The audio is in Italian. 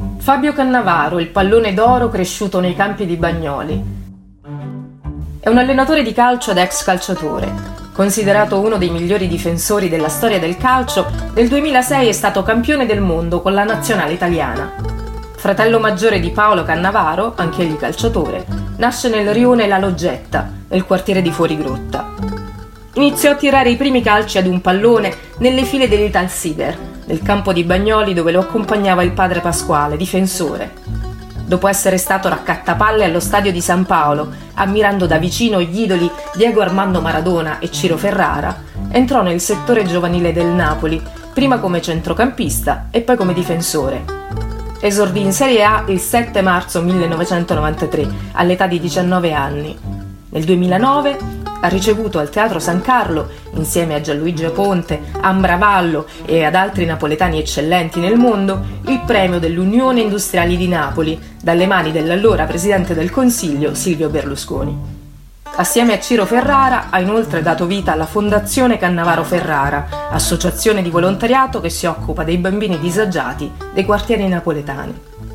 Fabio Cannavaro, il pallone d'oro cresciuto nei campi di Bagnoli. È un allenatore di calcio ed ex calciatore. Considerato uno dei migliori difensori della storia del calcio, nel 2006 è stato campione del mondo con la nazionale italiana. Fratello maggiore di Paolo Cannavaro, anch'egli calciatore, nasce nel rione La Loggetta, nel quartiere di Fuorigrotta. Iniziò a tirare i primi calci ad un pallone nelle file dell'Italsider, nel campo di Bagnoli dove lo accompagnava il padre Pasquale, difensore. Dopo essere stato raccattapalle allo stadio di San Paolo, ammirando da vicino gli idoli Diego Armando Maradona e Ciro Ferrara, entrò nel settore giovanile del Napoli, prima come centrocampista e poi come difensore. Esordì in Serie A il 7 marzo 1993, all'età di 19 anni. Nel 2009 ha ricevuto al Teatro San Carlo, insieme a Gianluigi Aponte, Ambra Vallo e ad altri napoletani eccellenti nel mondo, il premio dell'Unione Industriali di Napoli, dalle mani dell'allora Presidente del Consiglio Silvio Berlusconi. Assieme a Ciro Ferrara ha inoltre dato vita alla Fondazione Cannavaro Ferrara, associazione di volontariato che si occupa dei bambini disagiati dei quartieri napoletani.